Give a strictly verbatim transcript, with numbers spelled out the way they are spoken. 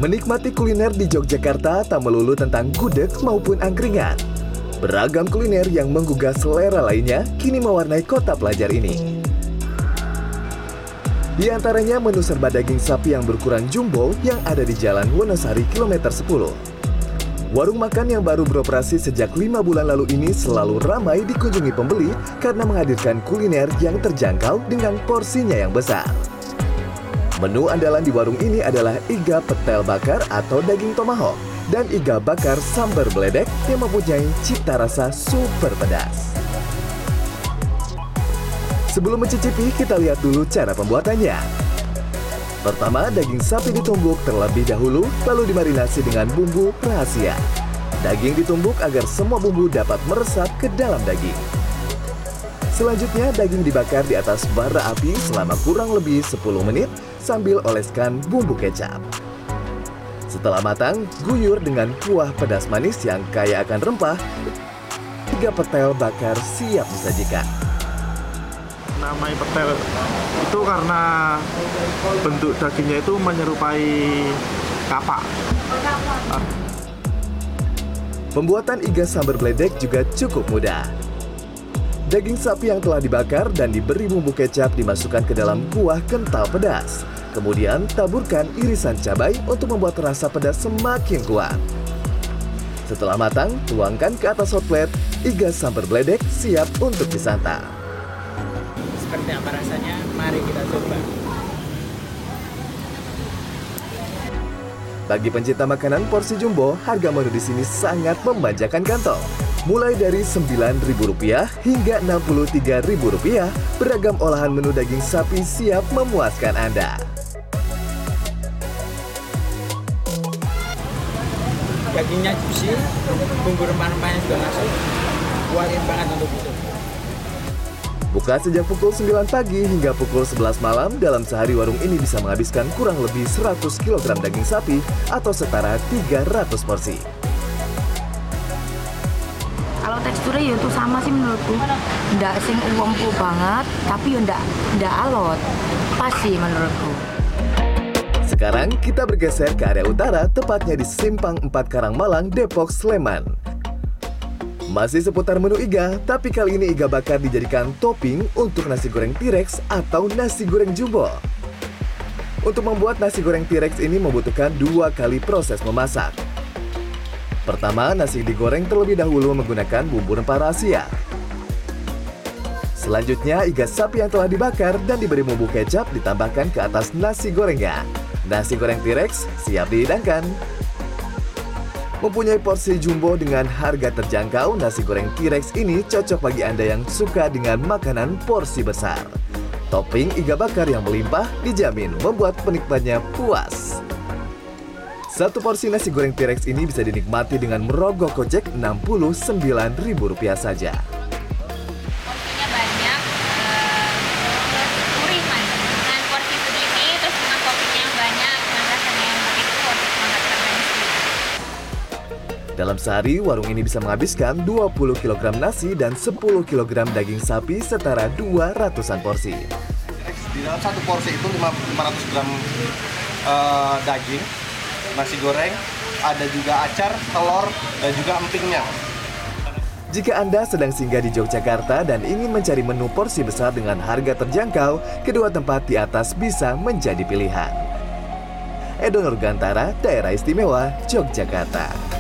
Menikmati kuliner di Yogyakarta tak melulu tentang gudeg maupun angkringan. Beragam kuliner yang menggugah selera lainnya kini mewarnai kota pelajar ini. Di antaranya menu serba daging sapi yang berukuran jumbo yang ada di Jalan Wonosari kilometer sepuluh. Warung makan yang baru beroperasi sejak lima bulan lalu ini selalu ramai dikunjungi pembeli karena menghadirkan kuliner yang terjangkau dengan porsinya yang besar. Menu andalan di warung ini adalah iga petel bakar atau daging tomahawk dan iga bakar sambar beledek yang mempunyai cita rasa super pedas. Sebelum mencicipi, kita lihat dulu cara pembuatannya. Pertama, daging sapi ditumbuk terlebih dahulu, lalu dimarinasi dengan bumbu rahasia. Daging ditumbuk agar semua bumbu dapat meresap ke dalam daging. Selanjutnya, daging dibakar di atas bara api selama kurang lebih sepuluh menit sambil oleskan bumbu kecap. Setelah matang, guyur dengan kuah pedas manis yang kaya akan rempah, tiga petel bakar siap disajikan. Namanya petel itu karena bentuk dagingnya itu menyerupai kapak. Pembuatan iga sambar beledek juga cukup mudah. Daging sapi yang telah dibakar dan diberi bumbu kecap dimasukkan ke dalam kuah kental pedas. Kemudian taburkan irisan cabai untuk membuat rasa pedas semakin kuat. Setelah matang, tuangkan ke atas hot plate, iga sambar beledek siap untuk disantap. Seperti apa rasanya? Mari kita coba. Bagi pencinta makanan porsi jumbo, harga menu di sini sangat memanjakan kantong. Mulai dari sembilan ribu rupiah hingga enam puluh tiga ribu rupiah, beragam olahan menu daging sapi siap memuaskan Anda. Dagingnya juicy, bumbu rempah-rempahnya juga masuk. Kuatin banget untuk itu. Buka sejak pukul sembilan pagi hingga pukul sebelas malam, dalam sehari warung ini bisa menghabiskan kurang lebih seratus kilogram daging sapi atau setara tiga ratus porsi. Kalau teksturnya ya itu sama sih menurutku. Nggak sing uwempu banget, tapi ya nggak, nggak alot. Pas sih menurutku. Sekarang kita bergeser ke area utara, tepatnya di Simpang empat Karangmalang, Depok, Sleman. Masih seputar menu iga, tapi kali ini iga bakar dijadikan topping untuk nasi goreng T-Rex atau nasi goreng jumbo. Untuk membuat nasi goreng T-Rex ini membutuhkan dua kali proses memasak. Pertama, nasi digoreng terlebih dahulu menggunakan bumbu rempah rahasia. Selanjutnya, iga sapi yang telah dibakar dan diberi bumbu kecap ditambahkan ke atas nasi gorengnya. Nasi goreng T-Rex siap dihidangkan. Mempunyai porsi jumbo dengan harga terjangkau, nasi goreng T-Rex ini cocok bagi Anda yang suka dengan makanan porsi besar. Topping iga bakar yang melimpah dijamin membuat penikmatnya puas. Satu porsi nasi goreng T-Rex ini bisa dinikmati dengan merogoh kocek enam puluh sembilan ribu rupiah saja. Porsinya banyak, gurih mas. Dengan porsi segini, terus dengan toppingnya yang banyak, dengan rasanya yang begitu, porsi banget harganya sih. Dalam sehari, warung ini bisa menghabiskan dua puluh kilogram nasi dan sepuluh kilogram daging sapi setara dua ratusan porsi. Di dalam satu porsi itu lima ratus gram uh, daging, nasi goreng, ada juga acar, telur, dan juga empingnya. Jika Anda sedang singgah di Yogyakarta dan ingin mencari menu porsi besar dengan harga terjangkau, kedua tempat di atas bisa menjadi pilihan. Edo Nurgantara, Daerah Istimewa Yogyakarta.